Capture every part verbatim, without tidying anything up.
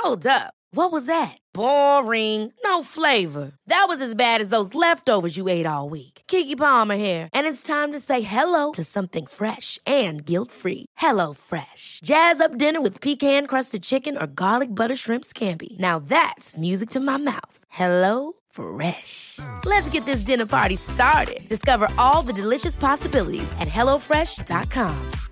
Hold up. What was that? Boring. No flavor. That was as bad as those leftovers you ate all week. Keke Palmer here, and it's time to say hello to something fresh and guilt-free. Hello Fresh. Jazz up dinner with pecan-crusted chicken or garlic butter shrimp scampi. Now that's music to my mouth. Hello Fresh. Let's get this dinner party started. Discover all the delicious possibilities at hello fresh dot com.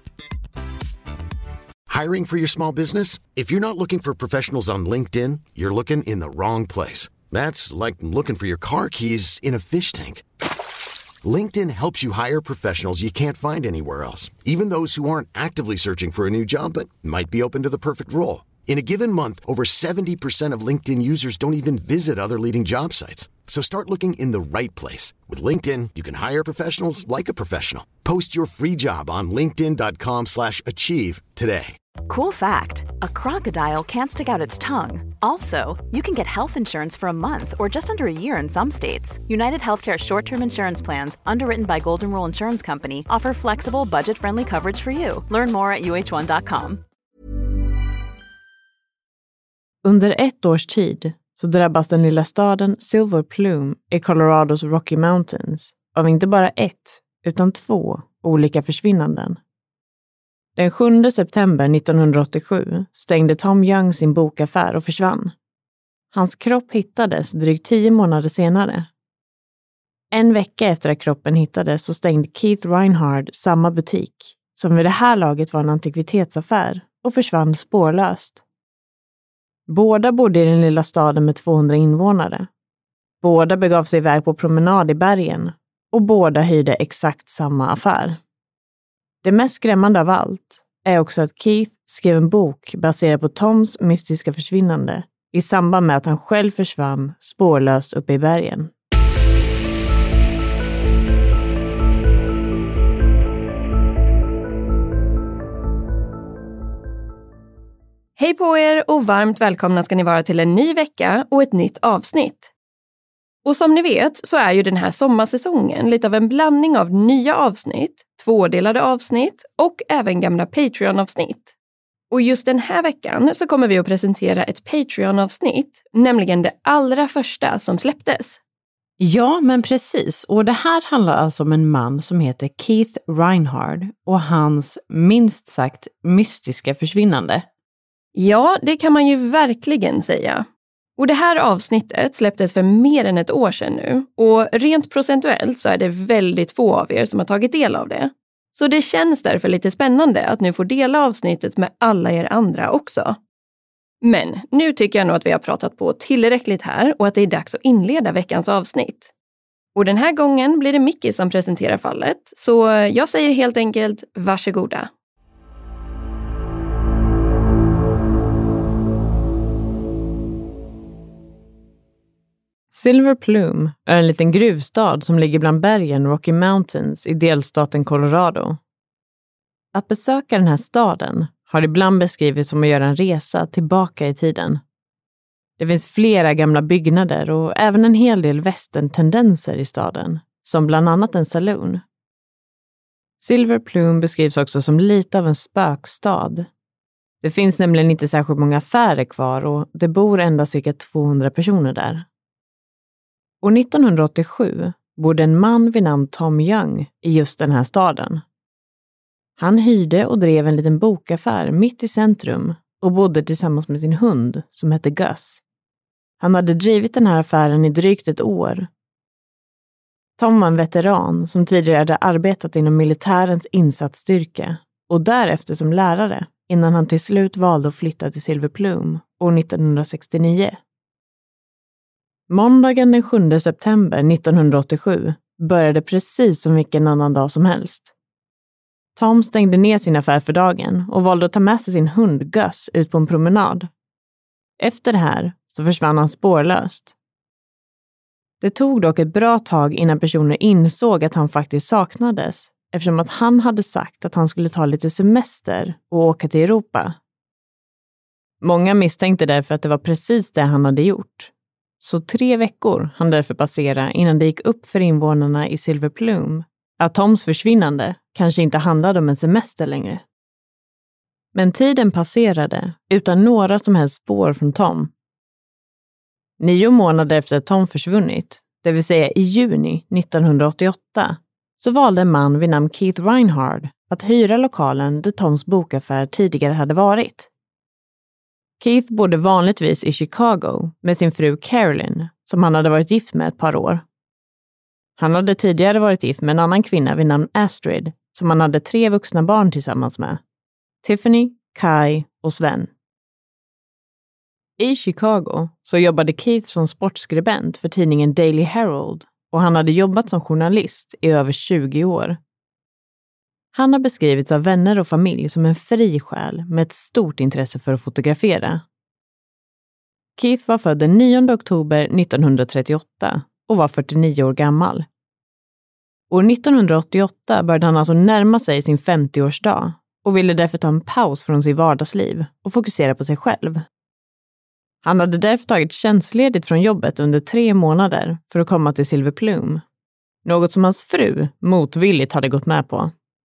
Hiring for your small business? If you're not looking for professionals on LinkedIn, you're looking in the wrong place. That's like looking for your car keys in a fish tank. LinkedIn helps you hire professionals you can't find anywhere else, even those who aren't actively searching for a new job but might be open to the perfect role. In a given month, over seventy percent of LinkedIn users don't even visit other leading job sites. So start looking in the right place. With LinkedIn, you can hire professionals like a professional. Post your free job on linkedin dot com slash achieve today. Cool fact, a crocodile can't stick out its tongue. Also, you can get health insurance for a month or just under a year in some states. United Healthcare short-term insurance plans, underwritten by Golden Rule Insurance Company, offer flexible, budget-friendly coverage for you. Learn more at u h one dot com. Under ett års tid så drabbas den lilla staden Silver Plume i Colorados Rocky Mountains av inte bara ett, utan två olika försvinnanden. Den sjunde september nittonhundraåttiosju stängde Tom Young sin bokaffär och försvann. Hans kropp hittades drygt tio månader senare. En vecka efter att kroppen hittades så stängde Keith Reinhard samma butik, som vid det här laget var en antikvitetsaffär, och försvann spårlöst. Båda bodde i den lilla staden med tvåhundra invånare. Båda begav sig iväg på promenad i bergen och båda hyrde exakt samma affär. Det mest skrämmande av allt är också att Keith skrev en bok baserad på Toms mystiska försvinnande i samband med att han själv försvann spårlöst uppe i bergen. Hej på er och varmt välkomna ska ni vara till en ny vecka och ett nytt avsnitt. Och som ni vet så är ju den här sommarsäsongen lite av en blandning av nya avsnitt, tvådelade avsnitt och även gamla Patreon-avsnitt. Och just den här veckan så kommer vi att presentera ett Patreon-avsnitt, nämligen det allra första som släpptes. Ja, men precis. Och det här handlar alltså om en man som heter Keith Reinhard och hans minst sagt mystiska försvinnande. Ja, det kan man ju verkligen säga. Och det här avsnittet släpptes för mer än ett år sedan nu. Och rent procentuellt så är det väldigt få av er som har tagit del av det. Så det känns därför lite spännande att nu få dela avsnittet med alla er andra också. Men nu tycker jag nog att vi har pratat på tillräckligt här och att det är dags att inleda veckans avsnitt. Och den här gången blir det Mickey som presenterar fallet. Så jag säger helt enkelt varsågoda. Silver Plume är en liten gruvstad som ligger bland bergen Rocky Mountains i delstaten Colorado. Att besöka den här staden har ibland beskrivits som att göra en resa tillbaka i tiden. Det finns flera gamla byggnader och även en hel del västern-tendenser i staden, som bland annat en saloon. Silver Plume beskrivs också som lite av en spökstad. Det finns nämligen inte särskilt många affärer kvar och det bor endast cirka tvåhundra personer där. År nittonhundraåttiosju bodde en man vid namn Tom Young i just den här staden. Han hyrde och drev en liten bokaffär mitt i centrum och bodde tillsammans med sin hund som hette Gus. Han hade drivit den här affären i drygt ett år. Tom var en veteran som tidigare hade arbetat inom militärens insatsstyrka och därefter som lärare innan han till slut valde att flytta till Silver Plume år nittonhundrasextionio. Måndagen den sjunde september nittonhundraåttiosju började precis som vilken annan dag som helst. Tom stängde ner sin affär för dagen och valde att ta med sig sin hund Gus ut på en promenad. Efter det här så försvann han spårlöst. Det tog dock ett bra tag innan personer insåg att han faktiskt saknades, eftersom att han hade sagt att han skulle ta lite semester och åka till Europa. Många misstänkte därför att det var precis det han hade gjort. Så tre veckor hann därför passera innan det gick upp för invånarna i Silver Plume att Toms försvinnande kanske inte handlade om en semester längre. Men tiden passerade utan några som helst spår från Tom. Nio månader efter att Tom försvunnit, det vill säga i juni nittonhundraåttioåtta, så valde en man vid namn Keith Reinhard att hyra lokalen där Toms bokaffär tidigare hade varit. Keith bodde vanligtvis i Chicago med sin fru Carolyn, som han hade varit gift med ett par år. Han hade tidigare varit gift med en annan kvinna vid namn Astrid, som han hade tre vuxna barn tillsammans med: Tiffany, Kai och Sven. I Chicago så jobbade Keith som sportskribent för tidningen Daily Herald, och han hade jobbat som journalist i över tjugo år. Han har beskrivits av vänner och familj som en fri själ med ett stort intresse för att fotografera. Keith var född den nionde oktober nittonhundratrettioåtta och var fyrtionio år gammal. År nittonhundraåttioåtta började han alltså närma sig sin femtioårsdag och ville därför ta en paus från sitt vardagsliv och fokusera på sig själv. Han hade därför tagit tjänstledigt från jobbet under tre månader för att komma till Silver Plume, något som hans fru motvilligt hade gått med på.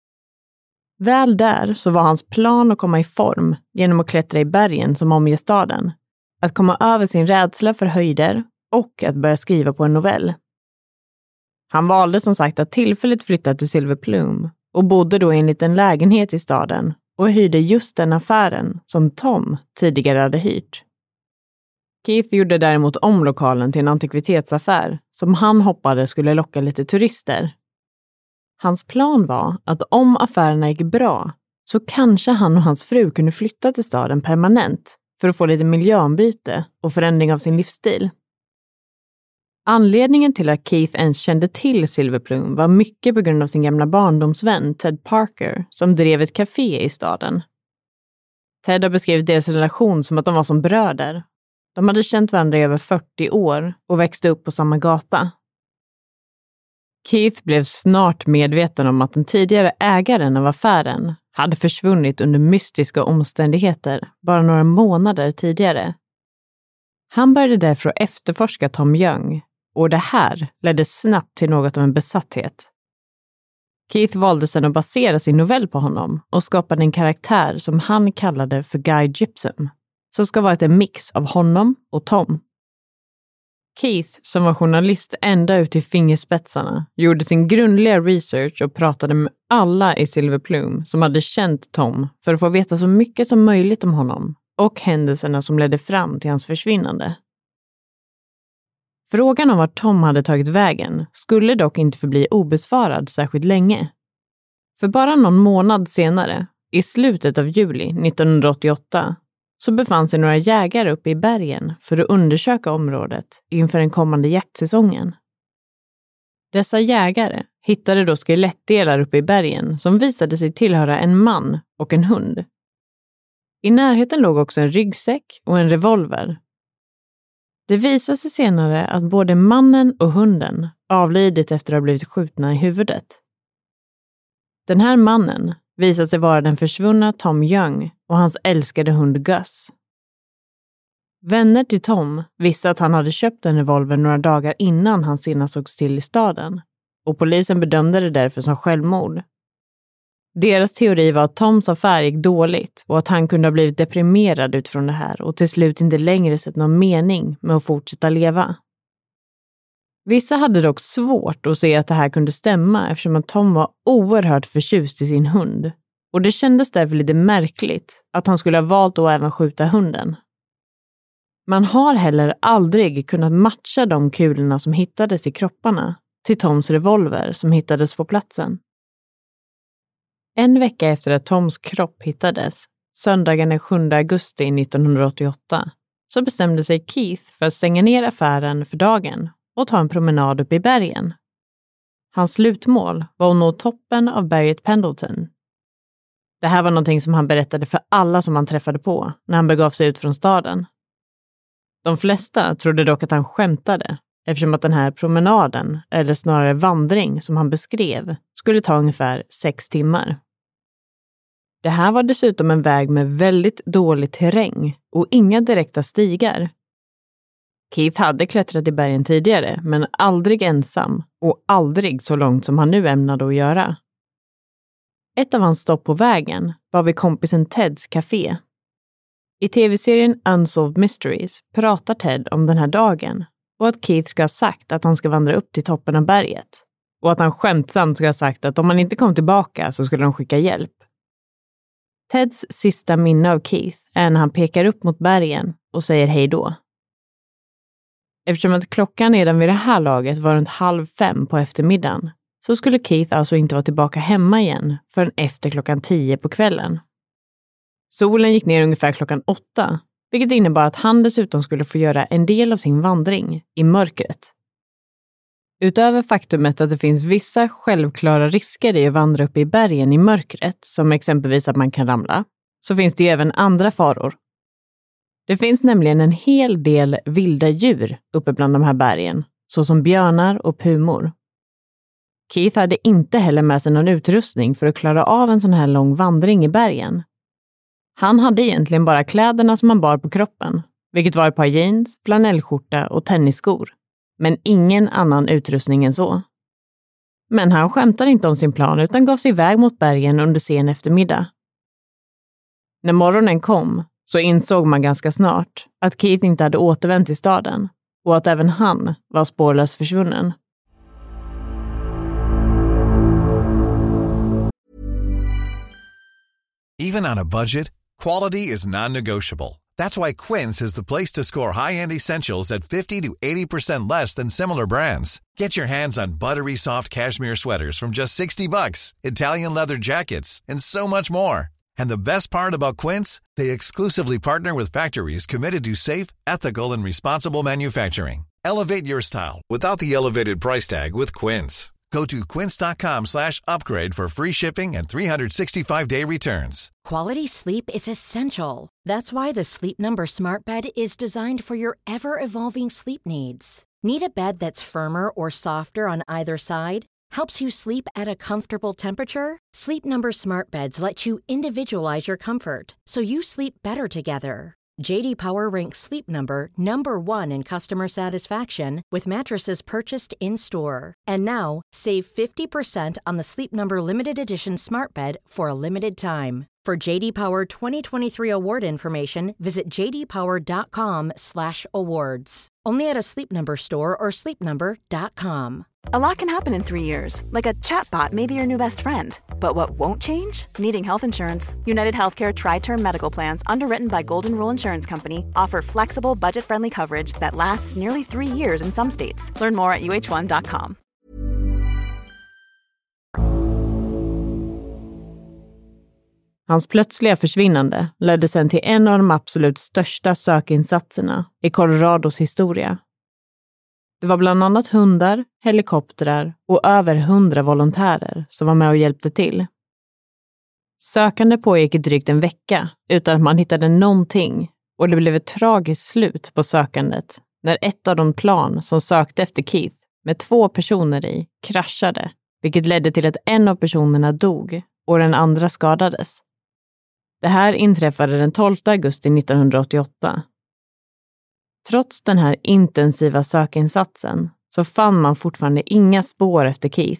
Väl där så var hans plan att komma i form genom att klättra i bergen som omger staden, att komma över sin rädsla för höjder och att börja skriva på en novell. Han valde som sagt att tillfälligt flytta till Silver Plume och bodde då i en liten lägenhet i staden och hyrde just den affären som Tom tidigare hade hyrt. Keith gjorde däremot om lokalen till en antikvitetsaffär som han hoppades skulle locka lite turister. Hans plan var att om affärerna gick bra så kanske han och hans fru kunde flytta till staden permanent för att få lite miljöombyte och förändring av sin livsstil. Anledningen till att Keith ens kände till Silver Plume var mycket på grund av sin gamla barndomsvän Ted Parker som drev ett café i staden. Ted har beskrivit deras relation som att de var som bröder. De hade känt varandra i över fyrtio år och växte upp på samma gata. Keith blev snart medveten om att den tidigare ägaren av affären hade försvunnit under mystiska omständigheter bara några månader tidigare. Han började därför att efterforska Tom Young, och det här ledde snabbt till något av en besatthet. Keith valde sedan att basera sin novell på honom och skapade en karaktär som han kallade för Guy Gypsum, som ska vara en mix av honom och Tom. Keith, som var journalist ända ut i fingerspetsarna, gjorde sin grundliga research och pratade med alla i Silver Plume som hade känt Tom för att få veta så mycket som möjligt om honom och händelserna som ledde fram till hans försvinnande. Frågan om vart Tom hade tagit vägen skulle dock inte förbli obesvarad särskilt länge. För bara någon månad senare, i slutet av juli nittonhundraåttioåtta, så befann sig några jägare uppe i bergen för att undersöka området inför den kommande jaktsäsongen. Dessa jägare hittade då skelettdelar uppe i bergen som visade sig tillhöra en man och en hund. I närheten låg också en ryggsäck och en revolver. Det visade sig senare att både mannen och hunden avlidit efter att ha blivit skjutna i huvudet. Den här mannen visade sig vara den försvunna Tom Young och hans älskade hund Gus. Vänner till Tom visste att han hade köpt en revolver några dagar innan han senast sågs till i staden, och polisen bedömde det därför som självmord. Deras teori var att Toms affär gick dåligt och att han kunde ha blivit deprimerad utifrån det här och till slut inte längre sett någon mening med att fortsätta leva. Vissa hade dock svårt att se att det här kunde stämma eftersom att Tom var oerhört förtjust i sin hund, och det kändes därför lite märkligt att han skulle ha valt att även skjuta hunden. Man har heller aldrig kunnat matcha de kulorna som hittades i kropparna till Toms revolver som hittades på platsen. En vecka efter att Toms kropp hittades, söndagen den sjunde augusti nittonhundraåttioåtta, så bestämde sig Keith för att stänga ner affären för dagen och ta en promenad upp i bergen. Hans slutmål var att nå toppen av berget Pendleton. Det här var någonting som han berättade för alla som han träffade på när han begav sig ut från staden. De flesta trodde dock att han skämtade, eftersom att den här promenaden, eller snarare vandring som han beskrev, skulle ta ungefär sex timmar. Det här var dessutom en väg med väldigt dålig terräng och inga direkta stigar. Keith hade klättrat i bergen tidigare, men aldrig ensam och aldrig så långt som han nu ämnade att göra. Ett av hans stopp på vägen var vid kompisen Teds café. I tv-serien Unsolved Mysteries pratar Ted om den här dagen och att Keith ska ha sagt att han ska vandra upp till toppen av berget och att han skämtsamt ska ha sagt att om han inte kom tillbaka så skulle de skicka hjälp. Teds sista minne av Keith är när han pekar upp mot bergen och säger hej då. Eftersom att klockan redan vid det här laget var runt halv fem på eftermiddagen så skulle Keith alltså inte vara tillbaka hemma igen förrän efter klockan tio på kvällen. Solen gick ner ungefär klockan åtta, vilket innebar att han dessutom skulle få göra en del av sin vandring i mörkret. Utöver faktumet att det finns vissa självklara risker i att vandra upp i bergen i mörkret, som exempelvis att man kan ramla, så finns det ju även andra faror. Det finns nämligen en hel del vilda djur uppe bland de här bergen, såsom björnar och pumor. Keith hade inte heller med sig någon utrustning för att klara av en sån här lång vandring i bergen. Han hade egentligen bara kläderna som han bar på kroppen, vilket var ett par jeans, flanellskjorta och tennisskor. Men ingen annan utrustning än så. Men han skämtade inte om sin plan utan gav sig iväg mot bergen under sen eftermiddag. När morgonen kom så insåg man ganska snart att Keith inte hade återvänt till staden och att även han var spårlöst försvunnen. Even on a budget, quality is non-negotiable. That's why Quince is the place to score high-end essentials at fifty to eighty percent less than similar brands. Get your hands on buttery soft cashmere sweaters from just sixty bucks, Italian leather jackets, and so much more. And the best part about Quince, they exclusively partner with factories committed to safe, ethical, and responsible manufacturing. Elevate your style without the elevated price tag with Quince. Go to quince.com slash upgrade for free shipping and three sixty-five day returns. Quality sleep is essential. That's why the Sleep Number Smart Bed is designed for your ever-evolving sleep needs. Need a bed that's firmer or softer on either side? Helps you sleep at a comfortable temperature? Sleep Number Smart Beds let you individualize your comfort so you sleep better together. J D Power ranks Sleep Number number one in customer satisfaction with mattresses purchased in-store. And now, save fifty percent on the Sleep Number Limited Edition Smart Bed for a limited time. For J D Power twenty twenty-three award information, visit j d power dot com slash awards. Only at a Sleep Number store or sleep number dot com. A lot can happen in three years, like a chatbot may be your new best friend. But what won't change? Needing health insurance. United Healthcare Tri-Term Medical Plans, underwritten by Golden Rule Insurance Company, offer flexible, budget-friendly coverage that lasts nearly three years in some states. Learn more at u h one dot com. Hans plötsliga försvinnande ledde sedan till en av de absolut största sökinsatserna i Colorados historia. Det var bland annat hundar, helikoptrar och över hundra volontärer som var med och hjälpte till. Sökande pågick i drygt en vecka utan att man hittade någonting och det blev ett tragiskt slut på sökandet när ett av de plan som sökte efter Keith med två personer i kraschade, vilket ledde till att en av personerna dog och den andra skadades. Det här inträffade den tolfte augusti nittonhundraåttioåtta. Trots den här intensiva sökinsatsen så fann man fortfarande inga spår efter Keith.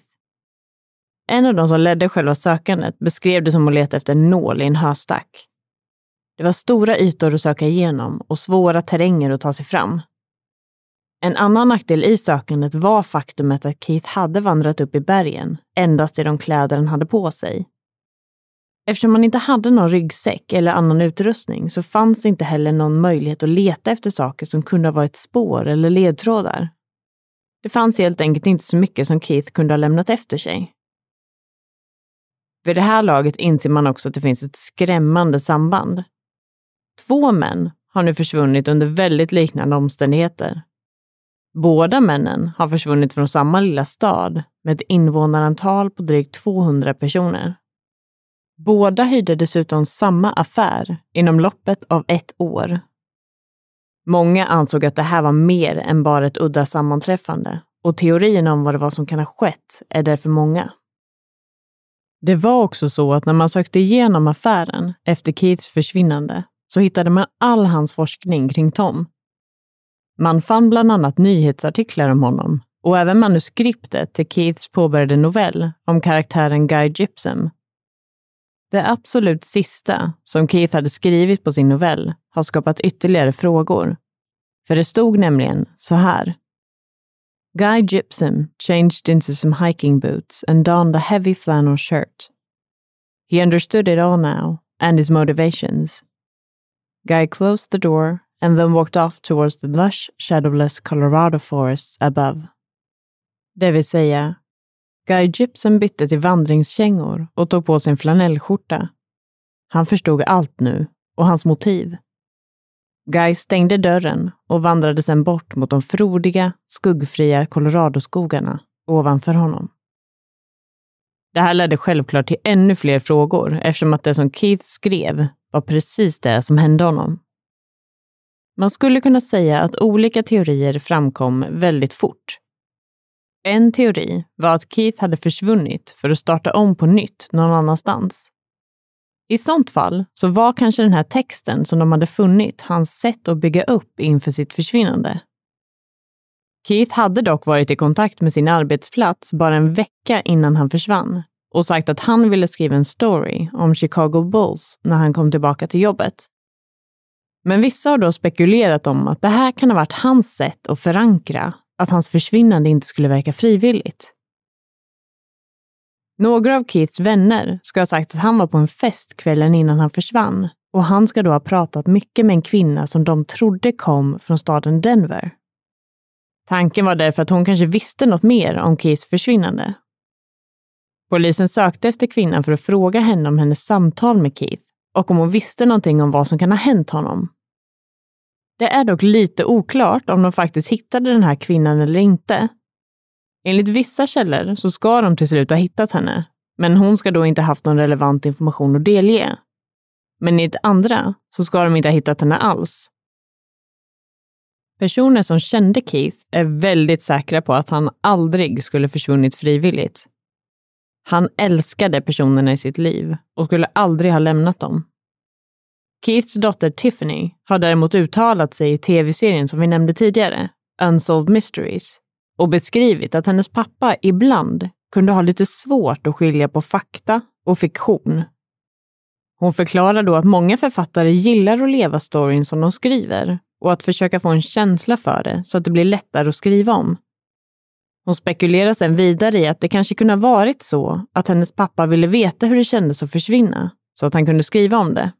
En av de som ledde själva sökandet beskrev det som att leta efter en nål i en höstack. Det var stora ytor att söka igenom och svåra terränger att ta sig fram. En annan nackdel i sökandet var faktumet att Keith hade vandrat upp i bergen endast i de kläder han hade på sig. Eftersom man inte hade någon ryggsäck eller annan utrustning så fanns det inte heller någon möjlighet att leta efter saker som kunde ha varit spår eller ledtrådar. Det fanns helt enkelt inte så mycket som Keith kunde ha lämnat efter sig. Vid det här laget inser man också att det finns ett skrämmande samband. Två män har nu försvunnit under väldigt liknande omständigheter. Båda männen har försvunnit från samma lilla stad med ett invånarantal på drygt tvåhundra personer. Båda hyrde dessutom samma affär inom loppet av ett år. Många ansåg att det här var mer än bara ett udda sammanträffande och teorierna om vad det var som kan ha skett är därför många. Det var också så att när man sökte igenom affären efter Keiths försvinnande så hittade man all hans forskning kring Tom. Man fann bland annat nyhetsartiklar om honom och även manuskriptet till Keiths påbörjade novell om karaktären Guy Gypsum. Det absolut sista som Keith hade skrivit på sin novell har skapat ytterligare frågor. För det stod nämligen så här. Guy Gypsum changed into some hiking boots and donned a heavy flannel shirt. He understood it all now, and his motivations. Guy closed the door and then walked off towards the lush, shadowless Colorado forests above. Det vill säga, Guy Gypsum bytte till vandringskängor och tog på sin flanellskjorta. Han förstod allt nu och hans motiv. Guy stängde dörren och vandrade sedan bort mot de frodiga, skuggfria Colorado-skogarna ovanför honom. Det här ledde självklart till ännu fler frågor eftersom att det som Keith skrev var precis det som hände honom. Man skulle kunna säga att olika teorier framkom väldigt fort. En teori var att Keith hade försvunnit för att starta om på nytt någon annanstans. I sånt fall så var kanske den här texten som de hade funnit hans sätt att bygga upp inför sitt försvinnande. Keith hade dock varit i kontakt med sin arbetsplats bara en vecka innan han försvann och sagt att han ville skriva en story om Chicago Bulls när han kom tillbaka till jobbet. Men vissa har då spekulerat om att det här kan ha varit hans sätt att förankra att hans försvinnande inte skulle verka frivilligt. Några av Keiths vänner ska ha sagt att han var på en fest kvällen innan han försvann och han ska då ha pratat mycket med en kvinna som de trodde kom från staden Denver. Tanken var därför att hon kanske visste något mer om Keiths försvinnande. Polisen sökte efter kvinnan för att fråga henne om hennes samtal med Keith och om hon visste någonting om vad som kan ha hänt honom. Det är dock lite oklart om de faktiskt hittade den här kvinnan eller inte. Enligt vissa källor så ska de till slut ha hittat henne, men hon ska då inte haft någon relevant information att delge. Men enligt andra så ska de inte ha hittat henne alls. Personer som kände Keith är väldigt säkra på att han aldrig skulle försvunnit frivilligt. Han älskade personerna i sitt liv och skulle aldrig ha lämnat dem. Keiths dotter Tiffany har däremot uttalat sig i tv-serien som vi nämnde tidigare, Unsolved Mysteries, och beskrivit att hennes pappa ibland kunde ha lite svårt att skilja på fakta och fiktion. Hon förklarar då att många författare gillar att leva storyn som de skriver och att försöka få en känsla för det så att det blir lättare att skriva om. Hon spekulerar sedan vidare i att det kanske kunde ha varit så att hennes pappa ville veta hur det kändes att försvinna så att han kunde skriva om det.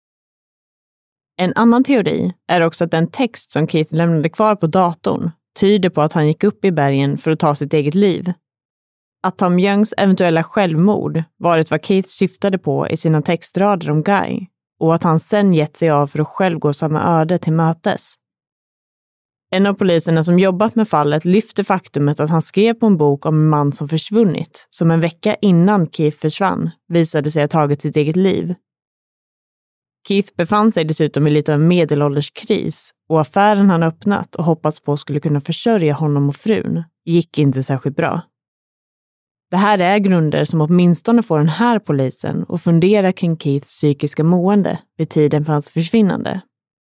En annan teori är också att den text som Keith lämnade kvar på datorn tyder på att han gick upp i bergen för att ta sitt eget liv. Att Tom Youngs eventuella självmord varit vad Keith syftade på i sina textrader om Guy och att han sen gett sig av för att själv gå samma öde till mötes. En av poliserna som jobbat med fallet lyfter faktumet att han skrev på en bok om en man som försvunnit som en vecka innan Keith försvann visade sig ha tagit sitt eget liv. Keith befann sig dessutom i lite av en medelålderskris och affären han öppnat och hoppats på skulle kunna försörja honom och frun gick inte särskilt bra. Det här är grunder som åtminstone får den här polisen att fundera kring Keiths psykiska mående vid tiden för hans försvinnande.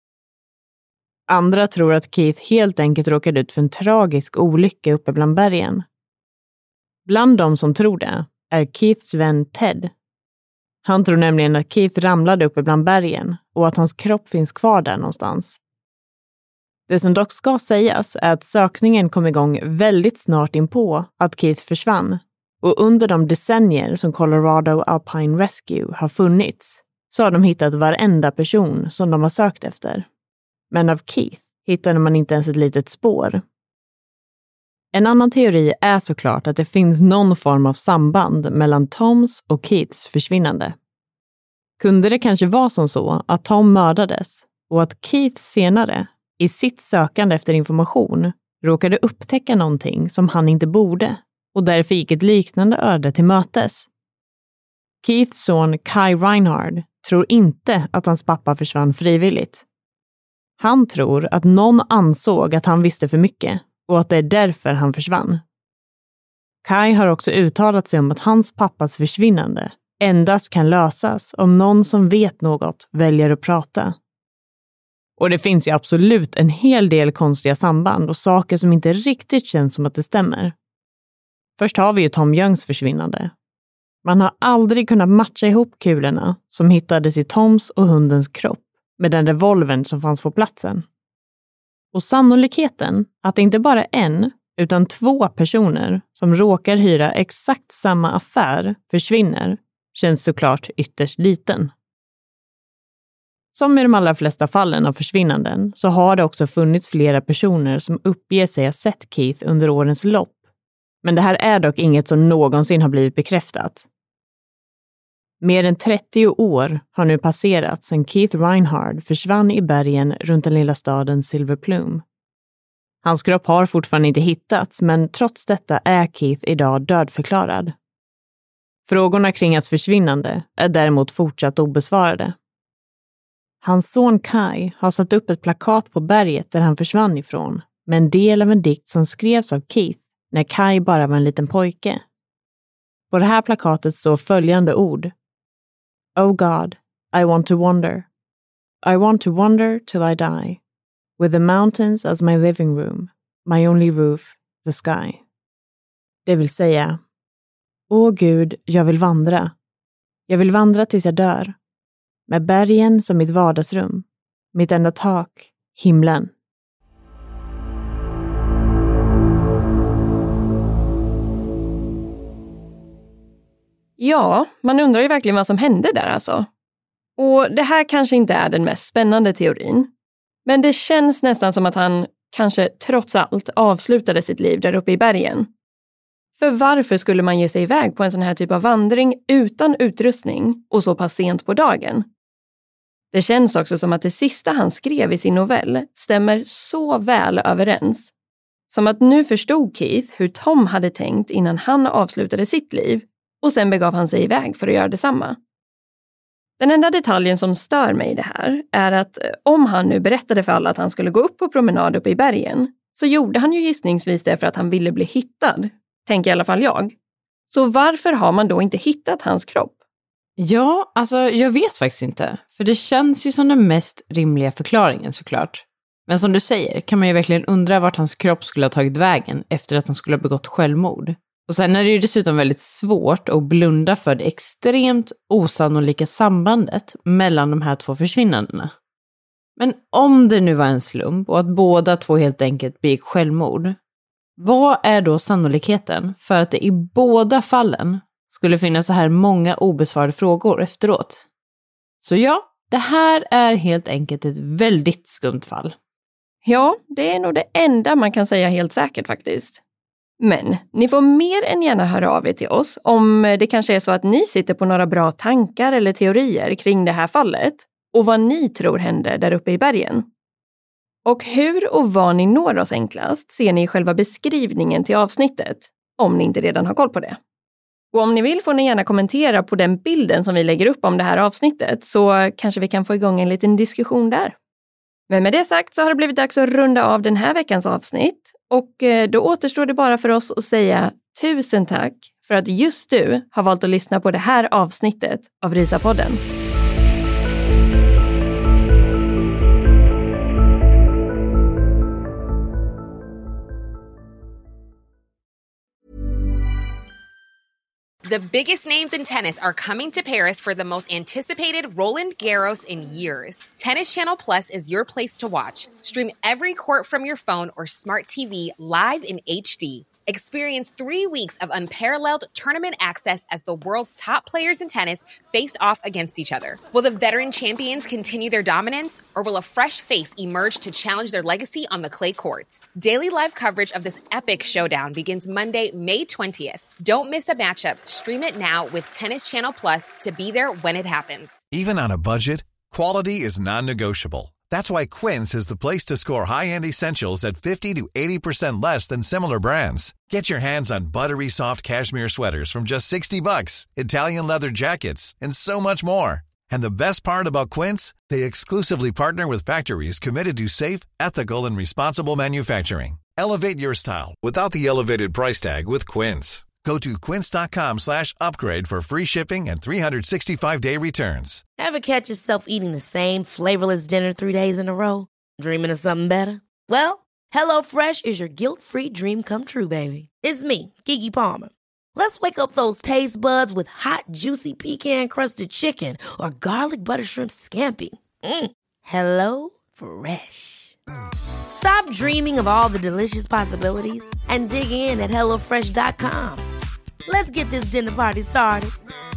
Andra tror att Keith helt enkelt råkade ut för en tragisk olycka uppe bland bergen. Bland de som tror det är Keiths vän Ted. Han tror nämligen att Keith ramlade uppe bland bergen och att hans kropp finns kvar där någonstans. Det som dock ska sägas är att sökningen kom igång väldigt snart inpå att Keith försvann. Och under de decennier som Colorado Alpine Rescue har funnits så har de hittat varenda person som de har sökt efter. Men av Keith hittade man inte ens ett litet spår. En annan teori är såklart att det finns någon form av samband mellan Toms och Keiths försvinnande. Kunde det kanske vara som så att Tom mördades och att Keith senare, i sitt sökande efter information, råkade upptäcka någonting som han inte borde och därför gick ett liknande öde till mötes? Keiths son Kai Reinhard tror inte att hans pappa försvann frivilligt. Han tror att någon ansåg att han visste för mycket och att det är därför han försvann. Kai har också uttalat sig om att hans pappas försvinnande endast kan lösas om någon som vet något väljer att prata. Och det finns ju absolut en hel del konstiga samband och saker som inte riktigt känns som att det stämmer. Först har vi ju Tom Youngs försvinnande. Man har aldrig kunnat matcha ihop kulorna som hittades i Toms och hundens kropp med den revolvern som fanns på platsen. Och sannolikheten att det inte bara en utan två personer som råkar hyra exakt samma affär försvinner känns såklart ytterst liten. Som i de allra flesta fallen av försvinnanden så har det också funnits flera personer som uppger sig ha sett Keith under årens lopp. Men det här är dock inget som någonsin har blivit bekräftat. Mer än trettio år har nu passerat sedan Keith Reinhard försvann i bergen runt den lilla staden Silver Plume. Hans kropp har fortfarande inte hittats, men trots detta är Keith idag dödförklarad. Frågorna kring hans försvinnande är däremot fortsatt obesvarade. Hans son Kai har satt upp ett plakat på berget där han försvann ifrån med en del av en dikt som skrevs av Keith när Kai bara var en liten pojke. På det här plakatet står följande ord. Oh God, I want to wander. I want to wander till I die. With the mountains as my living room. My only roof, the sky. Det vill säga, åh Gud, jag vill vandra. Jag vill vandra tills jag dör. Med bergen som mitt vardagsrum. Mitt enda tak, himlen. Ja, man undrar ju verkligen vad som hände där alltså. Och det här kanske inte är den mest spännande teorin. Men det känns nästan som att han kanske trots allt avslutade sitt liv där uppe i bergen. För varför skulle man ge sig iväg på en sån här typ av vandring utan utrustning och så pass sent på dagen? Det känns också som att det sista han skrev i sin novell stämmer så väl överens. Som att nu förstod Keith hur Tom hade tänkt innan han avslutade sitt liv och sen begav han sig iväg för att göra detsamma. Den enda detaljen som stör mig i det här är att om han nu berättade för alla att han skulle gå upp på promenad uppe i bergen så gjorde han ju gissningsvis det för att han ville bli hittad, tänker i alla fall jag. Så varför har man då inte hittat hans kropp? Ja, alltså jag vet faktiskt inte. För det känns ju som den mest rimliga förklaringen såklart. Men som du säger kan man ju verkligen undra vart hans kropp skulle ha tagit vägen efter att han skulle ha begått självmord. Och sen är det ju dessutom väldigt svårt att blunda för det extremt osannolika sambandet mellan de här två försvinnandena. Men om det nu var en slump och att båda två helt enkelt begick självmord, vad är då sannolikheten för att det i båda fallen skulle finnas så här många obesvarade frågor efteråt? Så ja, det här är helt enkelt ett väldigt skumt fall. Ja, det är nog det enda man kan säga helt säkert faktiskt. Men ni får mer än gärna höra av er till oss om det kanske är så att ni sitter på några bra tankar eller teorier kring det här fallet och vad ni tror hände där uppe i bergen. Och hur och var ni når oss enklast ser ni i själva beskrivningen till avsnittet, om ni inte redan har koll på det. Och om ni vill får ni gärna kommentera på den bilden som vi lägger upp om det här avsnittet så kanske vi kan få igång en liten diskussion där. Men med det sagt så har det blivit dags att runda av den här veckans avsnitt och då återstår det bara för oss att säga tusen tack för att just du har valt att lyssna på det här avsnittet av Rysapodden. The biggest names in tennis are coming to Paris for the most anticipated Roland Garros in years. Tennis Channel Plus is your place to watch. Stream every court from your phone or smart T V live in H D. Experience three weeks of unparalleled tournament access as the world's top players in tennis face off against each other. Will the veteran champions continue their dominance, or will a fresh face emerge to challenge their legacy on the clay courts? Daily live coverage of this epic showdown begins Monday, May twentieth. Don't miss a matchup. Stream it now with Tennis Channel Plus to be there when it happens. Even on a budget, quality is non-negotiable. That's why Quince is the place to score high-end essentials at fifty to eighty percent less than similar brands. Get your hands on buttery soft cashmere sweaters from just sixty bucks, Italian leather jackets, and so much more. And the best part about Quince, they exclusively partner with factories committed to safe, ethical, and responsible manufacturing. Elevate your style without the elevated price tag with Quince. Go to quince.com slash upgrade for free shipping and three sixty-five day returns. Ever catch yourself eating the same flavorless dinner three days in a row? Dreaming of something better? Well, HelloFresh is your guilt-free dream come true, baby. It's me, Keke Palmer. Let's wake up those taste buds with hot, juicy pecan-crusted chicken or garlic butter shrimp scampi. Mm. Hello Fresh. Stop dreaming of all the delicious possibilities and dig in at hello fresh dot com. Let's get this dinner party started.